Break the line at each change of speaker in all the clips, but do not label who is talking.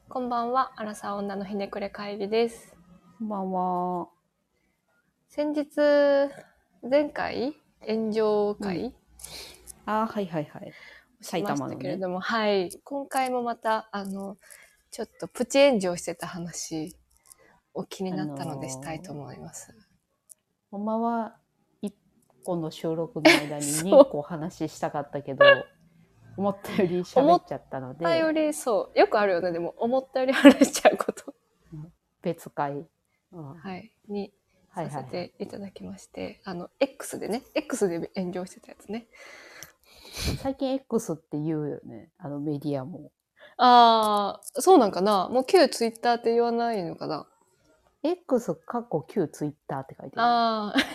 こんばんは、アラサー女のひねくれ会議です。
こんばんは。
先日、前回、炎上会、
はいはいはい。埼
しまし
玉のね。
たけれども、はい。今回もまた、ちょっとプチ炎上してた話を気になったのでしたいと思います。
ほんまは1個の収録の間に2
そう。
個話したかったけど、思ったより
思っ
喋っちゃったの
たよ
で、
り、そう。よくあるよね。でも、思ったより話しちゃうこと。
別会。
はい。にさせ
はいはいはい。
ていただきまして、X で炎上してたやつね。
最近 X って言うよね。メディアも。
ああ、そうなんかな。もう旧ツイッターって言わないのかな。
X 旧 Twitter って書いてるよ。
ああ、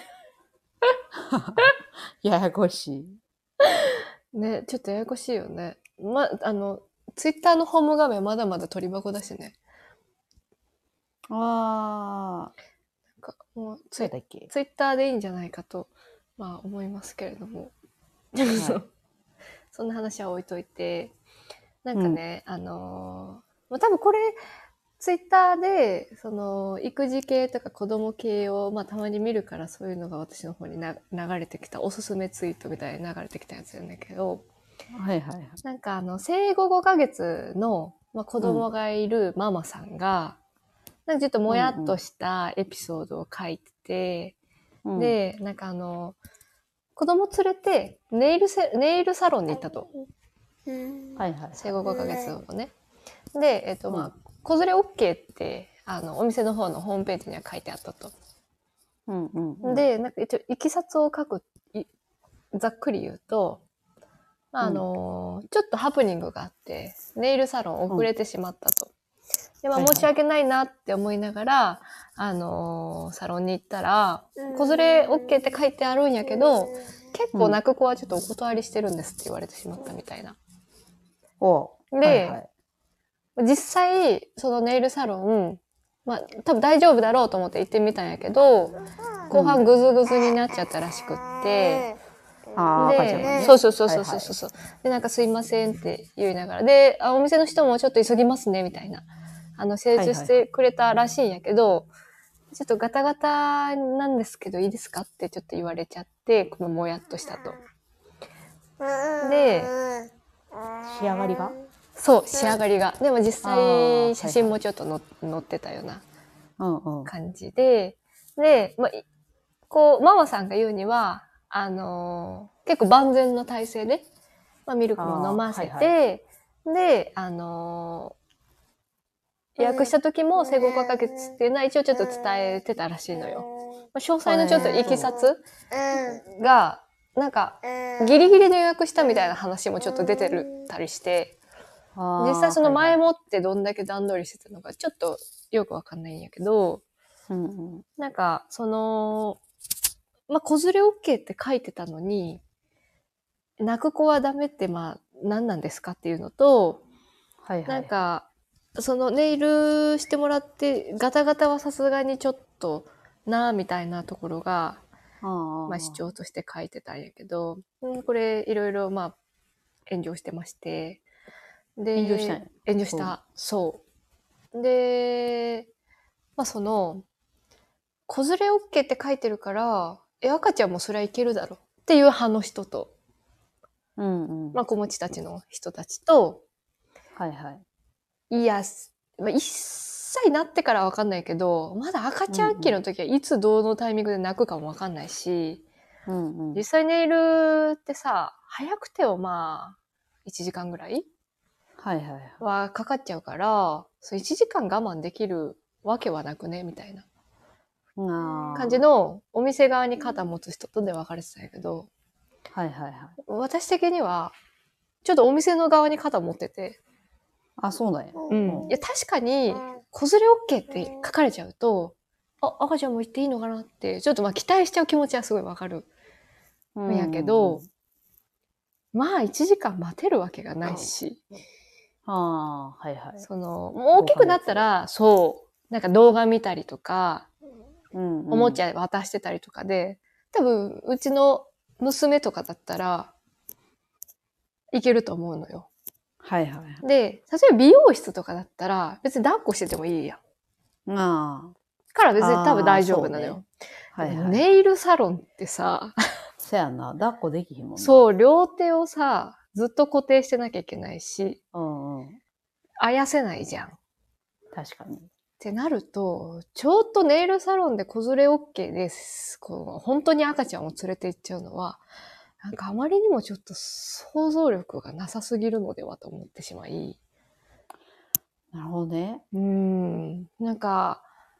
ややこしい。
ね、ちょっとややこしいよね。ツイッターのホーム画面まだまだ鳥箱だしね。
あ
なんかもう
そうだっけ。
ツイッターでいいんじゃないかと、まあ思いますけれども。
はい。
そんな話は置いといて、なん
うん。
かね、まあ、多分これ、ツイッターで、育児系とか子供系を、まあ、たまに見るから、そういうのが私の方に流れてきた、おすすめツイートみたいに流れてきたやつなんだけど、
はいはいはい。
なんか生後5ヶ月の、まあ、子
うん。
供がいるママさんが、なんかちょっともやっと
うんうん。
したエピソードを書いてて、
うん。
で、なんか子供連れてネイルサロンに行ったと。
はいはいはい。
生後5ヶ月のね。で、
うん。
子連れ OK って、お店の方のホームページには書いてあったと。
うんうんうん。
で、なんか一応、いきさつをざっくり言うと、まあ、
うん。
ちょっとハプニングがあって、ネイルサロン遅
うん。
れてしまったと。で、まあ、
はいはいはい。
申し訳ないなって思いながら、サロンに行ったら、子連れ OK って書いてあるんやけど、結構
うん。
泣く子はちょっとお断りしてるんですって言われてしまったみたいな。
はいは
で、
い。
実際、そのネイルサロン、まあ、多分大丈夫だろうと思って行ってみたんやけど、後半グズグズになっちゃったらしくって、
赤ちゃんが
で、
ね。
そうそうそうそう
はいはい。
そうそう。で、なんかすいませんって言いながら、で、お店の人もちょっと急ぎますね、みたいな。施術し
はいはいはい。
てくれたらしいんやけど、ちょっとガタガタなんですけどいいですかってちょっと言われちゃって、このもやっとしたと。で、
仕上がりが
そう、仕上がりが。でも実際写
はいはい。
真もちょっと載ってたような
うんうん。
感じで、で、まあ、こう、ママさんが言うには、結構万全の体制で、まあ、ミルクも飲ませ
はいはい。
て、で、予約した時も生後5ヶ月っていうのは一応ちょっと伝えてたらしいのよ。まあ、詳細のちょっといきさつが、なんか、ギリギリで予約したみたいな話もちょっと出てたりして、実際その
はいはい。
前もってどんだけ段取りしてたのかちょっとよくわかんないんやけど、
うんうん。
なんか、まあ、子連れ OK って書いてたのに、泣く子はダメって、まあ、何なんですかっていうのと、
はいはいはい。
なんか、そのネイルしてもらって、ガタガタはさすがにちょっとなみたいなところが、まあ主張として書いてたんやけど、これいろいろまあ炎上してまして、で、
炎上したんや。うん。
炎上した。そう。で、まあ子連れ OK って書いてるから、赤ちゃんもそれはいけるだろっていう派の人と、
うんうん。
まあ子持ちたちの人たちと、
はいはい。
いや、まあ、1歳になってからわかんないけど、まだ赤ちゃん期
うんうん。
の時はいつどのタイミングで泣くかもわかんないし、
うんうん。
実際ネイルってさ、早くてもまあ、1時間ぐらい
はいはいはい。
はかかっちゃうから、そう1時間我慢できるわけはなくねみたいな感じ
あ
のお店側に肩持つ人とで分かれてたんやけど、
はいはいはい。
私的には、ちょっとお店の側に肩持ってて、
そうなんや。
うん。いや、確かに、子連れ OK って書かれちゃうと、赤ちゃんも行っていいのかなって、ちょっとまあ期待しちゃう気持ちはすごいわかる
うん
んやけど、
うんうん。
まあ1時間待てるわけがないし、
はいはい。
もう大きく
5ヶ月。
なったら、そう、なんか動画見たりとか、
うん
おも
うん。
ちゃ渡してたりとかで、多分、うちの娘とかだったらいけると思うのよ。
はいはい。
で、例えば美容室とかだったら、別に抱っこしててもいいやん。
あ
から別に多分大丈
そうね。
夫なのよ。
はいはい。
ネイルサロンってさ、
そやな。抱っこできひんもんな。
そう、両手をさ、ずっと固定してなきゃいけないし、
うんうん。
あやせないじゃん。っ
確かに。
てなると、ちょっとネイルサロンで子連れ OK です。こう本当に赤ちゃんを連れて行っちゃうのは、なんかあまりにもちょっと想像力がなさすぎるのではと思ってしまい。
なるほどね。
なんか、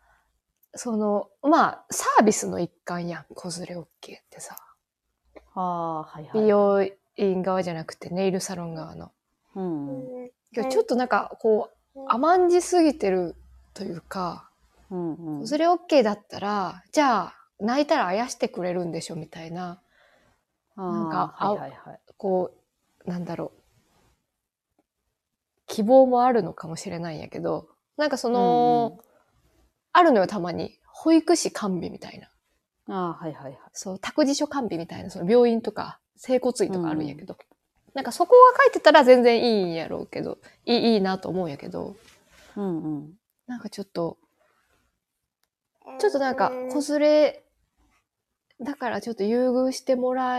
まあ、サービスの一環やん、子連れ OK ってさ。
はいはい。
美容院側じゃなくてネイルサロン側の。ちょっとなんか、こう、甘んじすぎてるというか、子連れ OK だったら、じゃあ、泣いたらあやしてくれるんでしょみたいな。なんか、こう、なんだろう。希望もあるのかもしれないんやけど、なんかあるのよ、たまに。保育士完備みたいな。そう、託児所完備みたいな、その病院とか、整骨院とかあるんやけど。なんかそこが書いてたら全然いいんやろうけど、いいなと思うんやけど、なんかちょっとなんか、子連れ、だからちょっと優遇してもら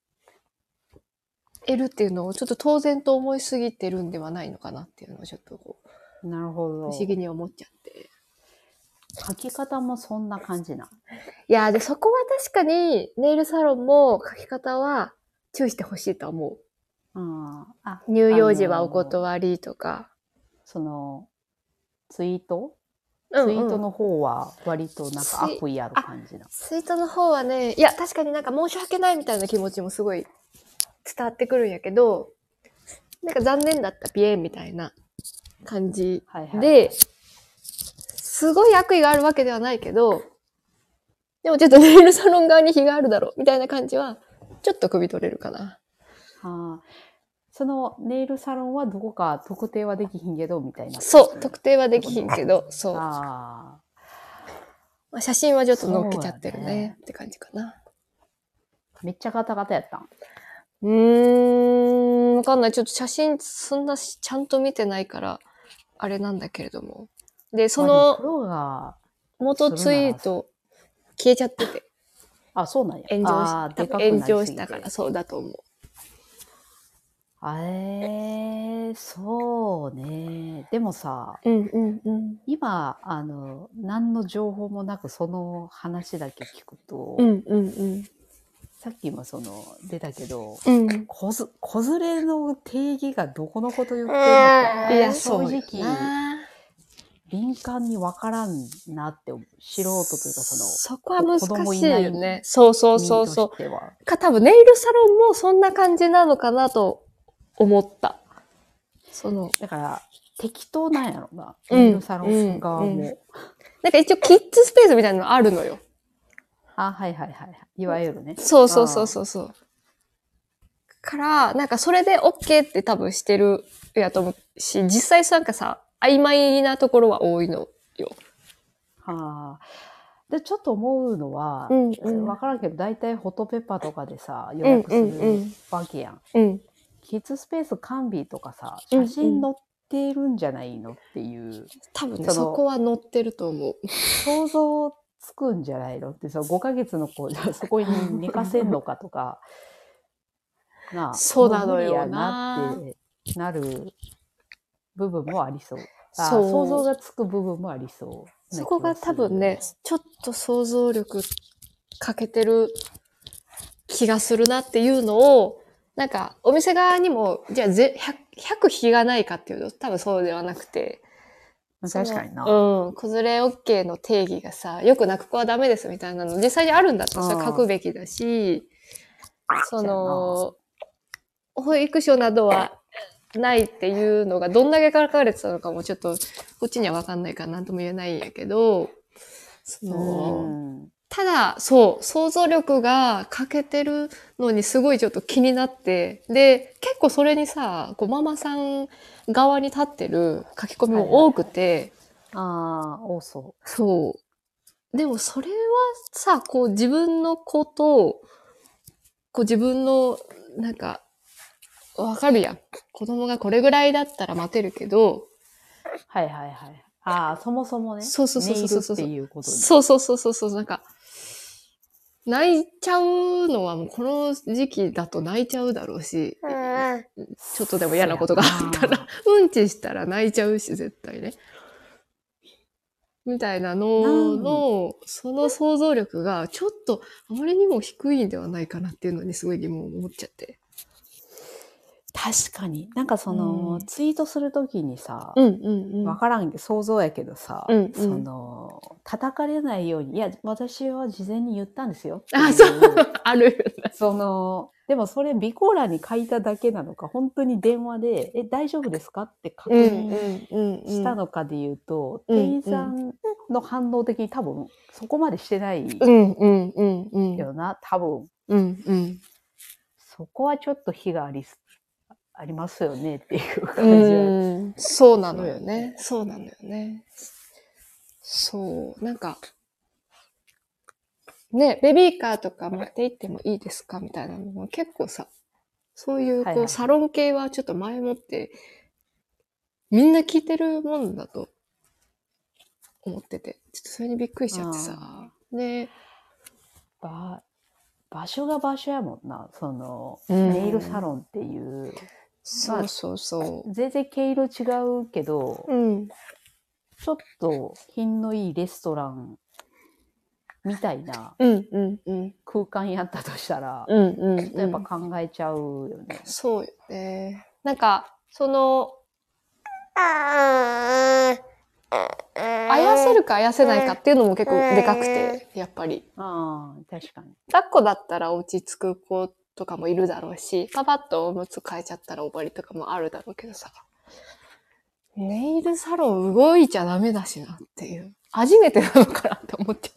えるっていうのをちょっと当然と思いすぎてるんではないのかなっていうのをちょっとこ
う、なるほど。
不思議に思っちゃって。
書き方もそんな感じな。
いや、で、そこは確かにネイルサロンも書き方は注意してほしいと思う。乳幼児はお断りとか。
その、ツイートの方は割となんか悪意ある感じな。
ツイートの方はね、いや、確かになんか申し訳ないみたいな気持ちもすごい伝わってくるんやけど、なんか残念だったピエンみたいな感じで、すごい悪意があるわけではないけど、でもちょっとネイルサロン側に非があるだろうみたいな感じは、ちょっと汲み取れるかな。
そのネイルサロンはどこか特定はできひんけど、みたいな。
そう、特定はできひんけど、そう。まあ、写真はちょっと載っけちゃってるねって感じかな。
めっちゃガタガタやったん？
わかんない。ちょっと写真そんなちゃんと見てないから、あれなんだけれども。で、その、元ツイート消えちゃってて。
そうなんや。
炎上したから、そうだと思う。
そうね。でもさ、今、何の情報もなくその話だけ聞くと、さっきも出たけど、子連れの定義がどこのこと言ってんのか、
いや、
正直、敏感にわからんなって素人というか
そこは難しいよね。そう。多分ネイルサロンもそんな感じなのかなと思った。
だから適当なんやろな。ネイルサロン側も。
なんか一応キッズスペースみたいなのあるのよ。
いわゆるね。
そう。から、なんかそれで OK って多分してるやと思うし、実際なんかさ、曖昧なところは多いのよ。
で、ちょっと思うのは、わからんけど、だいたいフォトペッパーとかでさ、予約するわけやん。キッズスペース完備とかさ、写真載ってるんじゃないのっていう。
多分ね、そこは載ってると思う。
想像つくんじゃないのって、5ヶ月の子、そこに寝かせんのかとか、
そうなのよ
無理やなってなる部分もありそう。想像がつく部分もありそう。
そこが多分ね、ちょっと想像力欠けてる気がするなっていうのを、なんかお店側にも、じゃあ100比がないかっていうと多分そうではなくて、
確かにな。
子連れ OK の定義がさ、よく泣く子はダメですみたいなの実際にあるんだったらそれ書くべきだし、保育所などはないっていうのがどんだけ書かれてたのかもちょっとこっちには分かんないから何とも言えないんやけど、ただ、想像力が欠けてるのにすごいちょっと気になって、で、結構それにさ、ママさん側に立ってる書き込みも多くて、
多そう。
そう。でもそれはさ、自分の子と、自分の、なんか、 わかるやん。子供がこれぐらいだったら待てるけど、
はいはいはい。ああ、そもそもね。
そうそうそうそうそう。
ネイルっていうことで。
そうそうそうそう。なんか、泣いちゃうのはもうこの時期だと泣いちゃうだろうし、ちょっとでも嫌なことがあったら、うんちしたら泣いちゃうし、絶対ね。みたいなのの、その想像力がちょっとあまりにも低いんではないかなっていうのにすごい疑問を持っちゃって。
確かに。なんかその、ツイートするときにさ、わからんけど、想像やけどさ、その、叩かれないように、いや、私は事前に言ったんですよ。
あ、そう、あるよね。
その、でもそれ備考欄に書いただけなのか、本当に電話で、大丈夫ですかって確認したのかで言うと、店員さんの反応的に多分、そこまでしてないよな、多分。そこはちょっと非がありますよねっていう感じは。
そうなのよね。そうなのよね。そう。なんか、ね、ベビーカーとか持って行ってもいいですかみたいなのも結構さ、そういうこう、サロン系はちょっと前もって、みんな聞いてるもんだと思ってて、ちょっとそれにびっくりしちゃってさ。ね。
場所が場所やもんな。その、ネイルサロンっていう。
そうそうそう。
全然毛色違うけど、ちょっと品のいいレストランみたいな空間やったとしたら、ちょっとやっぱ考えちゃうよね。
そうよね。なんか、その、あやせるかあやせないかっていうのも結構でかくて、やっぱり。
ああ、確かに。
抱っこだったら落ち着く子とかもいるだろうし、パパッとおむつ変えちゃったら終わりとかもあるだろうけどさ。ネイルサロン動いちゃダメだしなっていう。初めてなのかなって思っちゃった。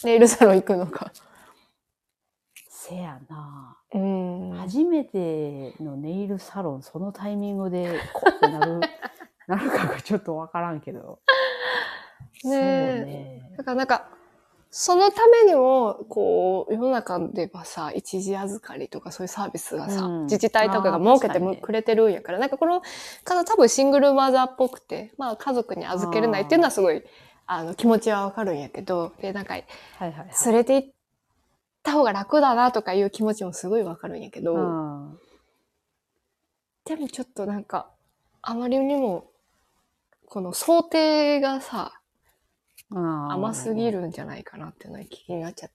ネイルサロン行くのか。
せやな。初めてのネイルサロン、そのタイミングでこうってなるかがちょっとわからんけど。
そうね。だからなんか、そのためにも、こう、世の中ではさ、一時預かりとかそういうサービスがさ、自治体とかが設けてくれてるんやから、なんかこの方多分シングルマザーっぽくて、まあ家族に預けれないっていうのはすごい、気持ちはわかるんやけど、で、なんか、連れて行った方が楽だなとかいう気持ちもすごいわかるんやけど、でもちょっとなんか、あまりにも、この想定がさ、甘すぎるんじゃないかなっていうのが気になっちゃって。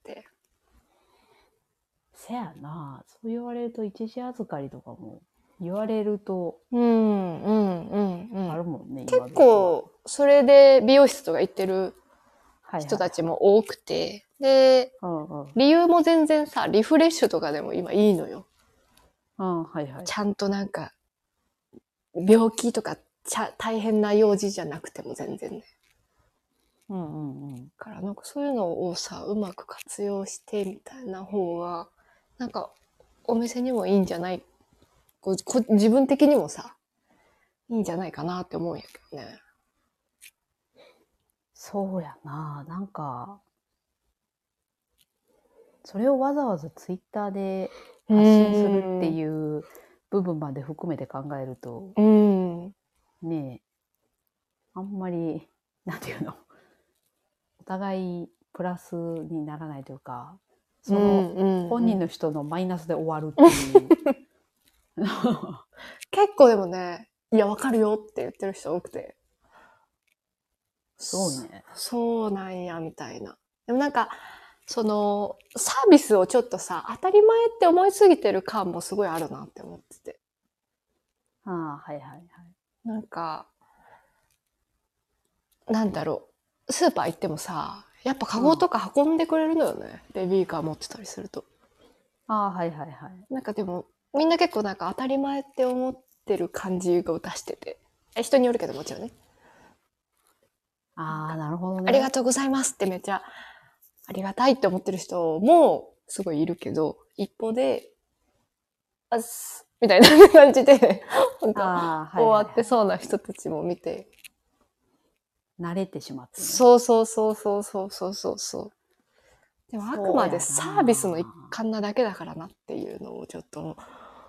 せやな。そう言われると一時預かりとかも言われると。あるもんね。
結構、それで美容室とか行ってる人たちも多くて。で、理由も全然さ、リフレッシュとかでも今いいのよ。ちゃんとなんか、病気とか大変な用事じゃなくても全然ね。からなんかそういうのをさ、うまく活用してみたいな方が、なんかお店にもいいんじゃない、自分的にもさ、いいんじゃないかなって思うんやけどね。
そうやな。なんか、それをわざわざツイッターで発信するっていう部分まで含めて考えると、ねえ、あんまり、なんていうの、お互いプラスにならないというか、その本人の人のマイナスで終わるっていう。
結構でもね、いや、わかるよって言ってる人多くて。
そうね。
そうなんや、みたいな。でもなんか、その、サービスをちょっとさ、当たり前って思いすぎてる感もすごいあるなって思ってて。なんか、なんだろう。スーパー行ってもさ、やっぱカゴとか運んでくれるのよね。ベビーカー持ってたりすると。なんかでも、みんな結構なんか当たり前って思ってる感じを出してて。人によるけどもちろんね。
なるほどね。
ありがとうございますってめっちゃありがたいって思ってる人もすごいいるけど、一方で、みたいな感じで、なんか終わってそうな人たちも見て。
慣れてしまって、
ね。そうそうそうそうそうそうそう。でもあくまでサービスの一環なだけだからなっていうのをちょっと、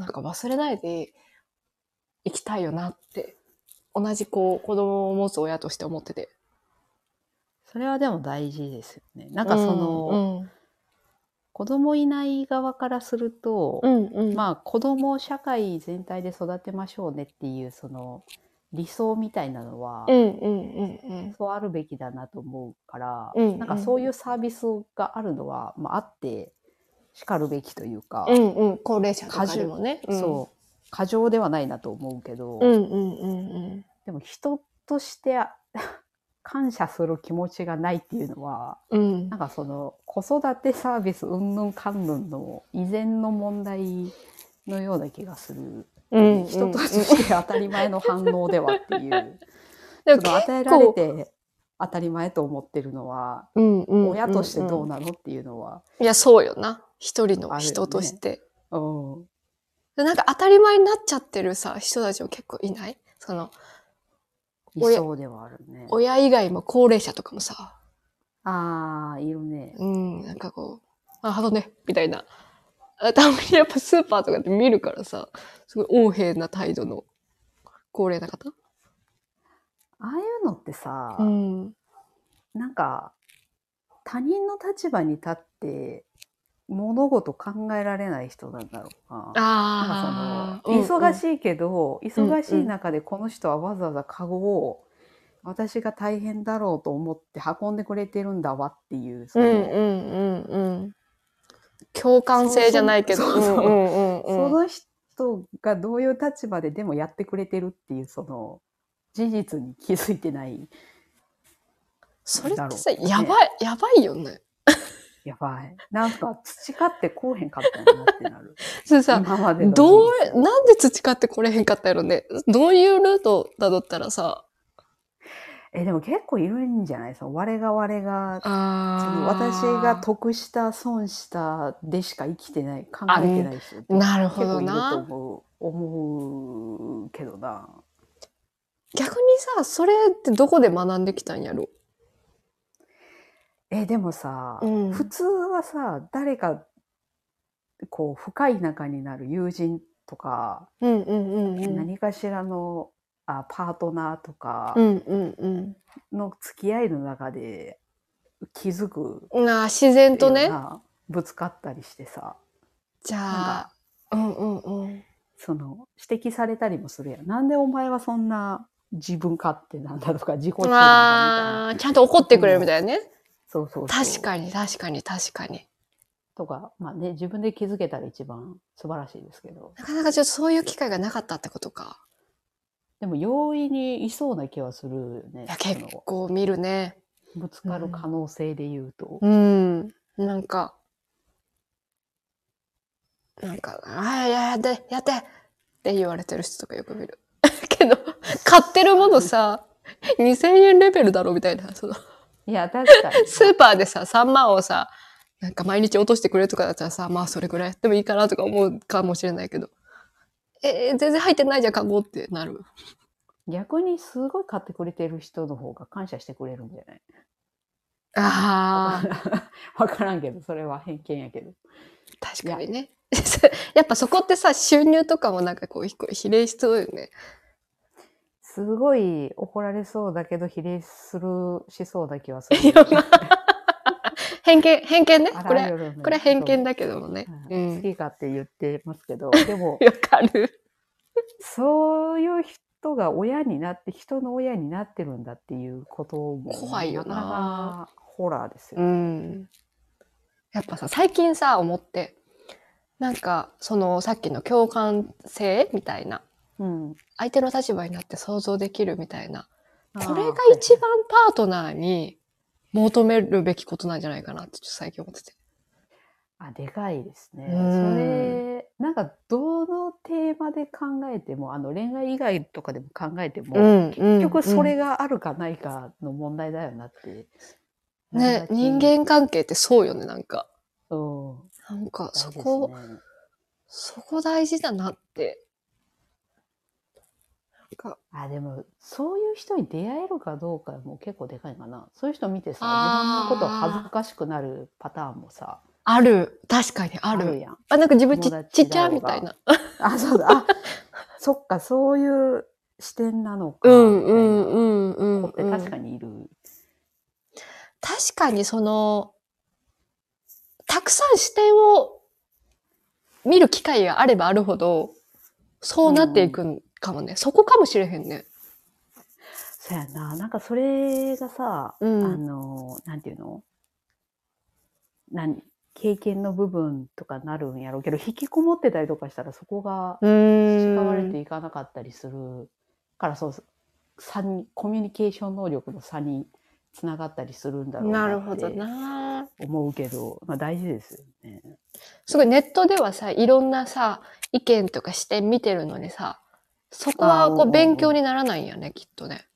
なんか忘れないで行きたいよなって、同じ子供を持つ親として思ってて。
それはでも大事ですよね。なんかその、子供いない側からすると、まあ子供を社会全体で育てましょうねっていうその理想みたいなのは、そうあるべきだなと思うから、なんかそういうサービスがあるのは、まああって叱るべきというか、
高齢者とかでもね。
そう、過剰ではないなと思うけど、でも人として感謝する気持ちがないっていうのは、なんかその子育てサービスうんぬんかんぬんの以前の問題のような気がする。人として当たり前の反応ではっていう。その与えられて当たり前と思ってるのは、親としてどうなのっていうのは。
いや、そうよな。一人の人として。なんか当たり前になっちゃってるさ、人たちも結構いない？その、
いそうではあるね。
親以外も高齢者とかもさ。
ああ、いるね。
なんかこう、あのね、みたいな。たまにやっぱスーパーとかで見るからさ、すごい横柄な態度の高齢な方？
ああいうのってさ、なんか、他人の立場に立って物事考えられない人なんだろうな。なんかその、忙しいけど、忙しい中でこの人はわざわざカゴを私が大変だろうと思って運んでくれてるんだわっていう、その、
共感性じゃないけど、
その人がどういう立場ででもやってくれてるっていう、その、事実に気づいてない。
それってさ、やばいよね。
やばい。なんか培ってこうへんかったんやなってなる。
それさ、今までのなんで培ってこれへんかったやろね。どういうルートだとったらさ。
でも結構いるんじゃない？その我が、その私が得した損したでしか生きてない、考えてない人って
なるほどな。
結構いると思うけどな。
逆にさ、それってどこで学んできたんやろ？
でもさ、普通はさ、誰かこう深い仲になる友人とか、何かしらのパートナーとかの付き合いの中で気づく。
自然とね。
ぶつかったりしてさ。
じゃあ、
その、指摘されたりもするやん。なんでお前はそんな自分勝手なんだとか、自己中なんだみたいな。
ちゃんと怒ってくれるみたいなね。
そう。
確かに。
とか、まあね、自分で気づけたら一番素晴らしいですけど。
なかなかちょっとそういう機会がなかったってことか。
でも容易にいそうな気はするよね。
いや、結構見るね。
ぶつかる可能性で言うと。
なんか、やってって言われてる人とかよく見る。けど、買ってるものさ、2000円レベルだろみたいな。
いや、確かに。
スーパーでさ、3万をさ、なんか毎日落としてくれるとかだったらさ、まあそれぐらいやってもいいかなとか思うかもしれないけど。全然入ってないじゃん、カゴってなる。
逆にすごい買ってくれてる人の方が感謝してくれるんじゃない？わからんけど、それは偏見やけど。
確かにね。やっぱそこってさ、収入とかもなんかこう、比例しそうよね。
すごい怒られそうだけど、比例しそうだ気はする。
偏見ね。これ偏見だけどもね。
好きかって言ってますけど、でも、
わかる。そう
いう人が親になって、人の親になってるんだっていうことも、
怖いよな。
なかなかホラーですよ。
やっぱさ、最近さ、思って、なんか、さっきの共感性みたいな、相手の立場になって想像できるみたいな、これが一番パートナーに求めるべきことなんじゃないかなってちょっと最近思ってて。
でかいですね。それ、なんかどのテーマで考えても、恋愛以外とかでも考えても、結局それがあるかないかの問題だよなって。
ね、人間関係ってそうよね、なんか。なんかそこ大事だなって。
でも、そういう人に出会えるかどうかも結構でかいかな。そういう人見てさ、自分のこと恥ずかしくなるパターンもさ、
ある。確かにある。
やん。
なんか自分ちっちゃみたいな。
そうだ。そっか、そういう視点なのか。子って確かにいる。
確かにたくさん視点を見る機会があればあるほど、そうなっていくんかもね。そこかもしれへんね。
そうやな。なんかそれがさ、なんていうの？経験の部分とかなるんやろうけど、引きこもってたりとかしたらそこが培われていかなかったりするからコミュニケーション能力の差につながったりするんだろうなって思うけど、まあ大事ですよね。
すごいネットではさ、いろんなさ、意見とか視点見てるのにさ、そこはこう勉強にならないんやね、きっとね。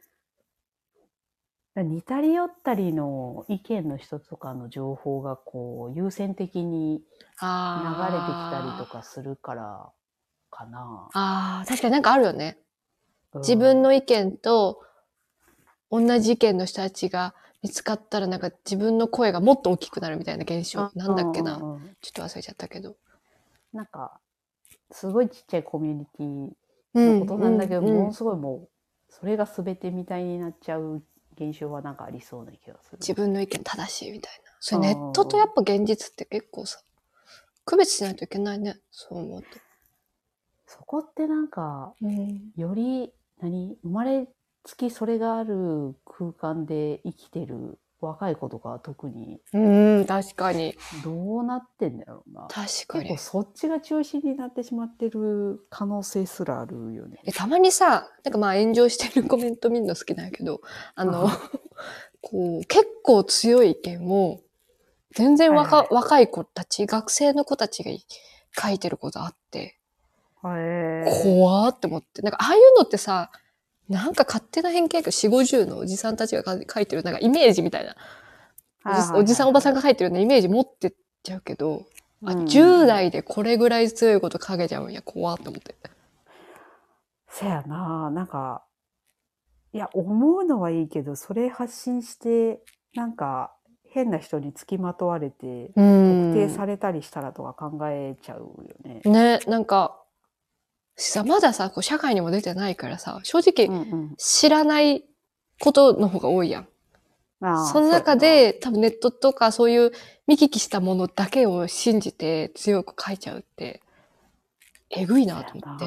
似たり寄ったりの意見の一つとかの情報がこう優先的に流れてきたりとかするからかな。
確かになんかあるよね。自分の意見と同じ意見の人たちが見つかったらなんか自分の声がもっと大きくなるみたいな現象。なんだっけな。ちょっと忘れちゃったけど。
なんか、すごいちっちゃいコミュニティのことなんだけど、ものすごいもう、それが全てみたいになっちゃう現象はなんかありそうな気がする。
自分の意見正しいみたいな。それネットとやっぱ現実って結構さ、区別しないといけないね。そう思うと。
そこってなんか、より、生まれつきそれがある空間で生きてる若い子とか特に。
確かに。
どうなってんだろうな。
確かに。
結構そっちが中心になってしまってる可能性すらあるよね。
たまにさ、なんかまあ炎上してるコメント見るの好きなんやけど、こう、結構強い意見を、全然若い子たち、学生の子たちが書いてることあって、怖ーって思って。なんかああいうのってさ、なんか勝手な偏見やけど、4、50のおじさんたちが書いてる、なんかイメージみたいな。おじさんおばさんが書いてるようなイメージ持ってっちゃうけど、10代でこれぐらい強いこと書けちゃうんや、怖って思って。
せやな、なんか、いや、思うのはいいけど、それ発信して、なんか、変な人につきまとわれて、特定されたりしたらとか考えちゃうよね。
ね、なんか、まださ、こう社会にも出てないからさ、正直、知らないことの方が多いやん。その中で、多分ネットとかそういう見聞きしたものだけを信じて強く書いちゃうって、えぐいなと思って。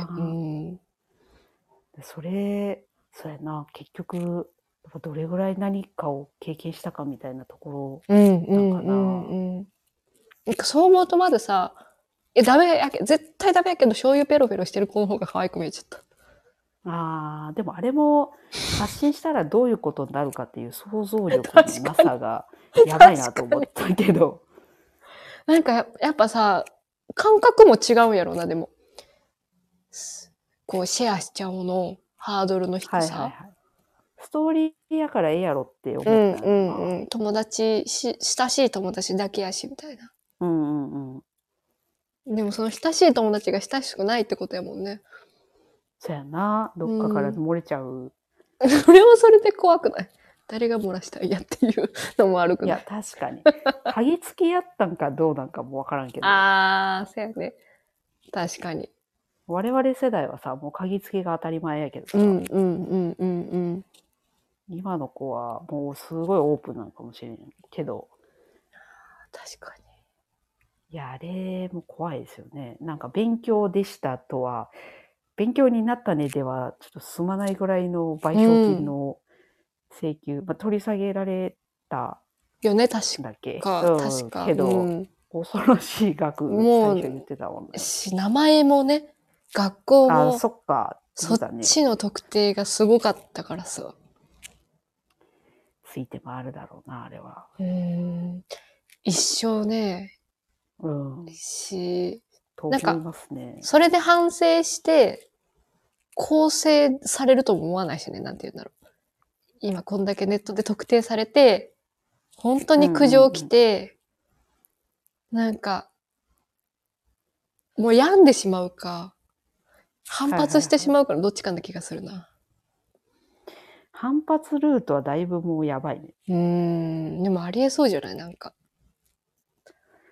そやな、結局、どれぐらい何かを経験したかみたいなところなんかな。
なんかそう思うとまずさ、ダメやけ、絶対ダメやけど醤油ペロペロしてる子の方が可愛く見えちゃった。
でもあれも発信したらどういうことになるかっていう想像力のなさがやばいなと思ったけど。
なんかやっぱさ、感覚も違うんやろうな、でも。こうシェアしちゃうの、ハードルの低さ。
ストーリーやからええやろって思った
よな。友達親しい友達だけやし、みたいな。でもその親しい友達が親しくないってことやもんね。
そやな。どっかから漏れちゃう。
それもそれで怖くない？誰が漏らしたいやっていうのもあるくない？
いや、確かに。嗅ぎつきやったんかどうなんかもわからんけど。
そうやね。確かに。
我々世代はさ、もう嗅ぎつきが当たり前やけどさ。今の子はもうすごいオープンなのかもしれんけど。
確かに。
いや、あれも怖いですよね。なんか勉強でしたとは、勉強になったねではちょっと済まないぐらいの賠償金の請求、取り下げられた
よね、確
か。けど、恐ろしい額最初言ってたもんね。
名前もね、学校も、
そっか、
そっちの特定がすごかったからさ。
ついて回るだろうな、あれは。
一生ね、
なんか、
それで反省して、構成されるとも思わないしね、なんて言うんだろう。今こんだけネットで特定されて、本当に苦情来て、なんか、もう病んでしまうか、反発してしまうからどっちかな気がするな。
反発ルートはだいぶもうやばいね。
でもありえそうじゃないなんか。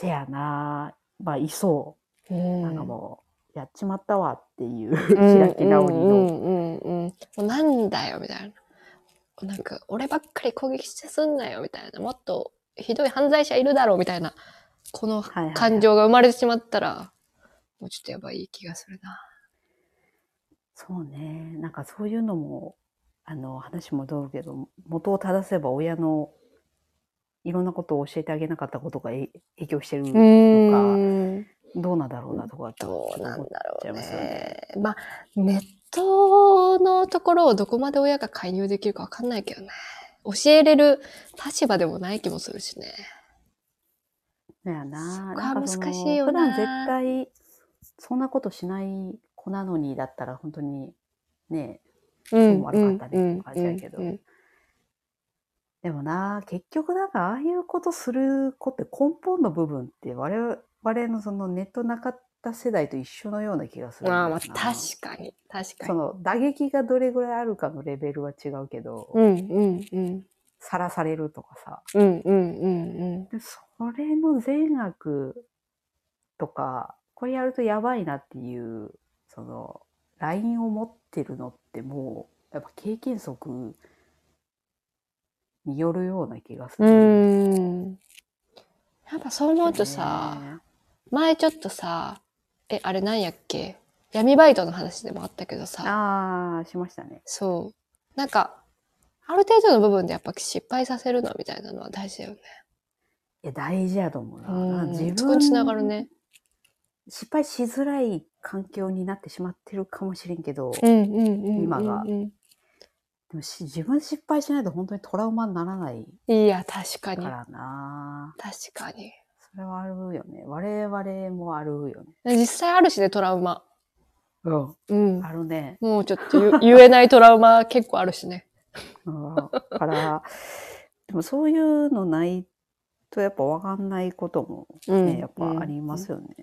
せやな。まあ、いそう。なんかもう、やっちまったわっていう開き直りの。
なんだよ、みたいな。なんか、俺ばっかり攻撃してすんなよ、みたいな。もっとひどい犯罪者いるだろう、みたいな。この感情が生まれてしまったら、もうちょっとやばい気がするな。
そうね。なんかそういうのも、話戻るけど、元を正せば親のいろんなことを教えてあげなかったことが影響してるのか、どうなんだろうなとかって思っちゃいますよね。
まあ、ネットのところをどこまで親が介入できるかわかんないけどね。教えれる立場でもない気もするしね。
だよな。
なんか難しいよな。
普段絶対そんなことしない子なのにだったら本当にね、運悪かったねって感じだけど。でもな、結局なんかああいうことする子って根本の部分って我々のそのネットなかった世代と一緒のような気がするんだよな。
まあ確かに。
その打撃がどれぐらいあるかのレベルは違うけど、さらされるとかさ。でそれの善悪とか、これやるとやばいなっていう、その、ラインを持ってるのってもう、やっぱ経験則によるような気がする。
やっぱそう思うとさ、前ちょっとさ、あれなんやっけ？闇バイトの話でもあったけどさ。
ああ、しましたね。
そう。なんか、ある程度の部分でやっぱ失敗させるのみたいなのは大事だよね。
いや、大事やと思うな。
自分そこにつながるね。
失敗しづらい環境になってしまってるかもしれんけど、今が。でも自分失敗しないと本当にトラウマにならない。
いや、確かに。
からな。
確かに。
それはあるよね。我々もあるよね。
実際あるしね、トラウマ。
あるね。
もうちょっと言えないトラウマ結構あるしね。
から、でもそういうのないとやっぱ分かんないこともね、やっぱありますよね。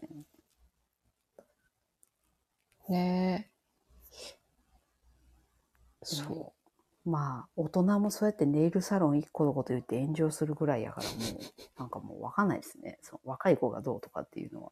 ねえ。
そう。まあ、大人もそうやってネイルサロン1個のこと言って炎上するぐらいやからもう、なんかもう分かんないですね。その若い子がどうとかっていうのは。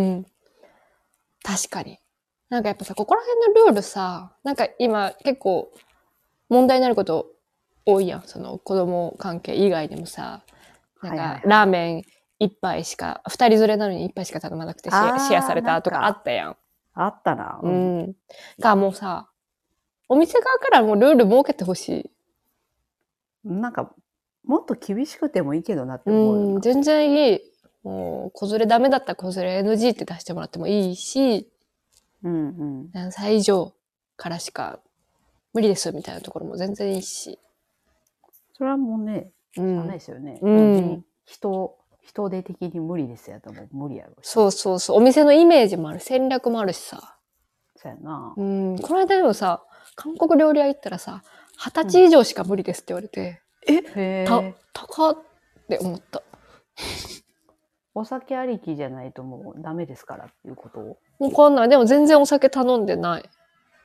確かに。なんかやっぱさ、ここら辺のルールさ、なんか今結構問題になること多いやん。その子供関係以外でもさ、なんかラーメン一杯しか、二人連れなのに一杯しか頼まなくてシェアされたとかあったやん。
あったな。
がもうさ、お店側からもうルール設けてほしい。
なんか、もっと厳しくてもいいけどなって思うよな。
全然いい。もう、子連れダメだったら子連れ NG って出してもらってもいいし、何歳以上からしか無理ですみたいなところも全然いいし。
それはもうね、ないですよね。人手的に無理ですやともう無理やろし。
そう。お店のイメージもある、戦略もあるしさ。
そうやな。
この間でもさ、韓国料理屋行ったらさ、20歳以上しか無理ですって言われて、高って思った。
お酒ありきじゃないともうダメですからっていうことを。
わかんない。でも全然お酒頼んでない。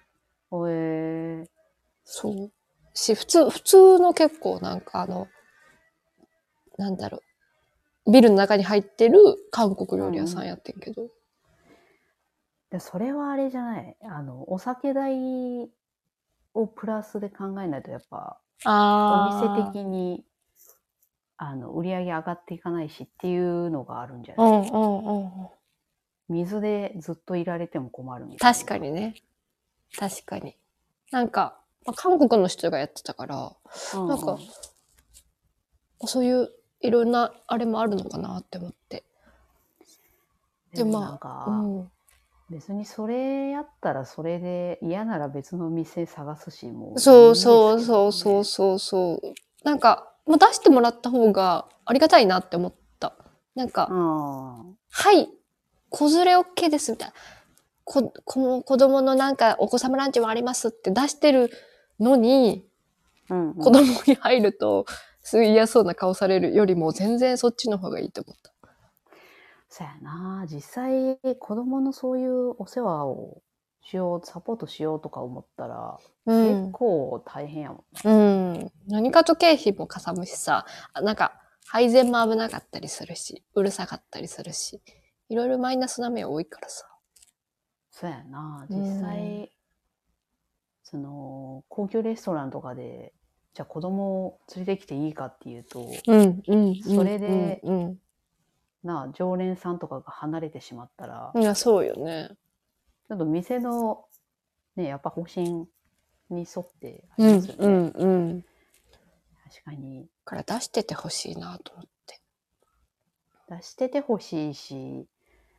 そう。普通の結構なんかなんだろう。ビルの中に入ってる韓国料理屋さんやってんけど。
でそれはあれじゃない。お酒代をプラスで考えないとやっぱ、お店的に、売り上げ上がっていかないしっていうのがあるんじゃないですか。水でずっといられても困るみたいな。
確かにね。確かに。なんか、韓国の人がやってたから、なんか、そういういろんなあれもあるのかなって思って。
でもなんか、別にそれやったらそれで嫌なら別の店探すし、もう、
そう。なんか、出してもらった方がありがたいなって思った。なんか、はい、子連れ OK ですみたいな。子供のなんかお子様ランチもありますって出してるのに、子供に入ると、すごい嫌そうな顔されるよりも全然そっちの方がいいと思った。
そうやな。実際、子供のそういうお世話をサポートしようとか思ったら、結構大変やもん。
何かと経費もかさむしさ、なんか、 配膳も危なかったりするし、うるさかったりするし、いろいろマイナスな面多いからさ。
そうやな。実際、その、高級レストランとかで、じゃあ子供を連れてきていいかっていうと、それで、常連さんとかが離れてしまったら、
いや、そうよね。
ちょっと店の、ね、やっぱ方針に沿ってありますよね。確かに。
から出しててほしいなと思って。
出しててほしいし、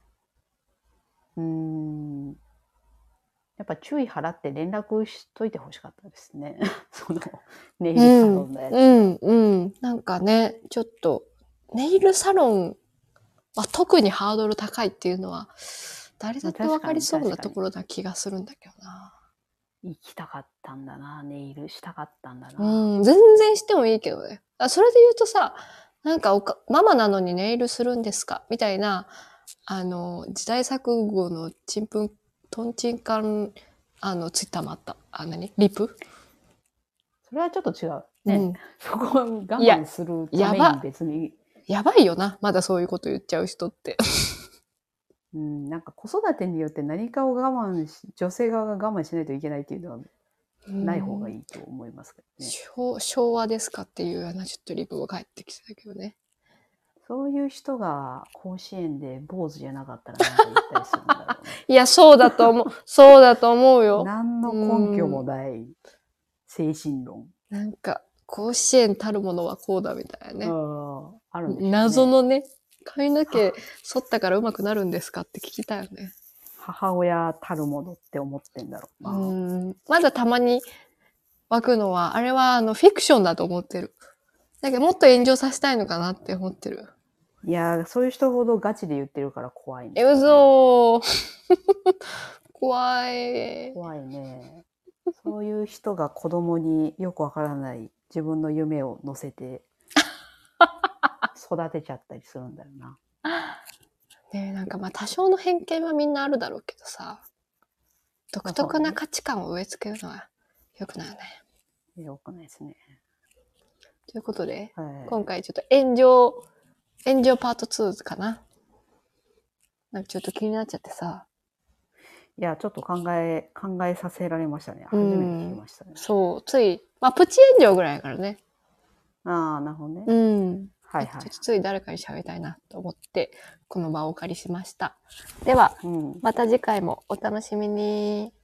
やっぱ注意払って連絡しといてほしかったですね。その、ネイルサロンのやつ。
なんかね、ちょっと、ネイルサロンは特にハードル高いっていうのは、誰だって分かりそうなところな気がするんだけどな。
行きたかったんだな、ネイルしたかったんだな。
全然してもいいけどね。それで言うとさ、なんかママなのにネイルするんですかみたいな、時代錯誤のトンチンカン、ツイッターもあった。リプ
それはちょっと違う。ね。そこは我慢するために別に。
やばいよな。まだそういうこと言っちゃう人って。
なんか子育てによって何かを女性側が我慢しないといけないっていうのはない方がいいと思いますけど
ね。昭和ですかっていうちょっとリプも返ってきてたけどね。
そういう人が甲子園で坊主じゃなかったら何か言ったりするんだろうね。
いや、そうだと思う。そうだと思うよ。
何の根拠もない精神論。
なんか、甲子園たるものはこうだみたいなね。
あるんでしょうね。
謎のね、髪の毛剃ったから上手くなるんですかって聞きたいよね。
母親たるものって思ってんだろうな。
まだたまに湧くのは、あれはフィクションだと思ってる。だけどもっと炎上させたいのかなって思ってる。
いや、そういう人ほどガチで言ってるから怖いね。
嘘怖い。
怖いね。そういう人が子供によくわからない自分の夢を乗せて育てちゃったりするんだよな。
ねえ、なんかまあ多少の偏見はみんなあるだろうけどさ、独特な価値観を植え付けるのは良くないよね。
良くないですね。
ということで、今回ちょっと炎上パート2かな。なんかちょっと気になっちゃってさ。
いや、ちょっと考えさせられましたね。初めて聞きましたね。
そう、つい、まあプチ炎上ぐらいだからね。
ああ、なるほどね。
はいはい。ちょっとつい誰かに喋りたいなと思って、この場をお借りしました。では、また次回もお楽しみに。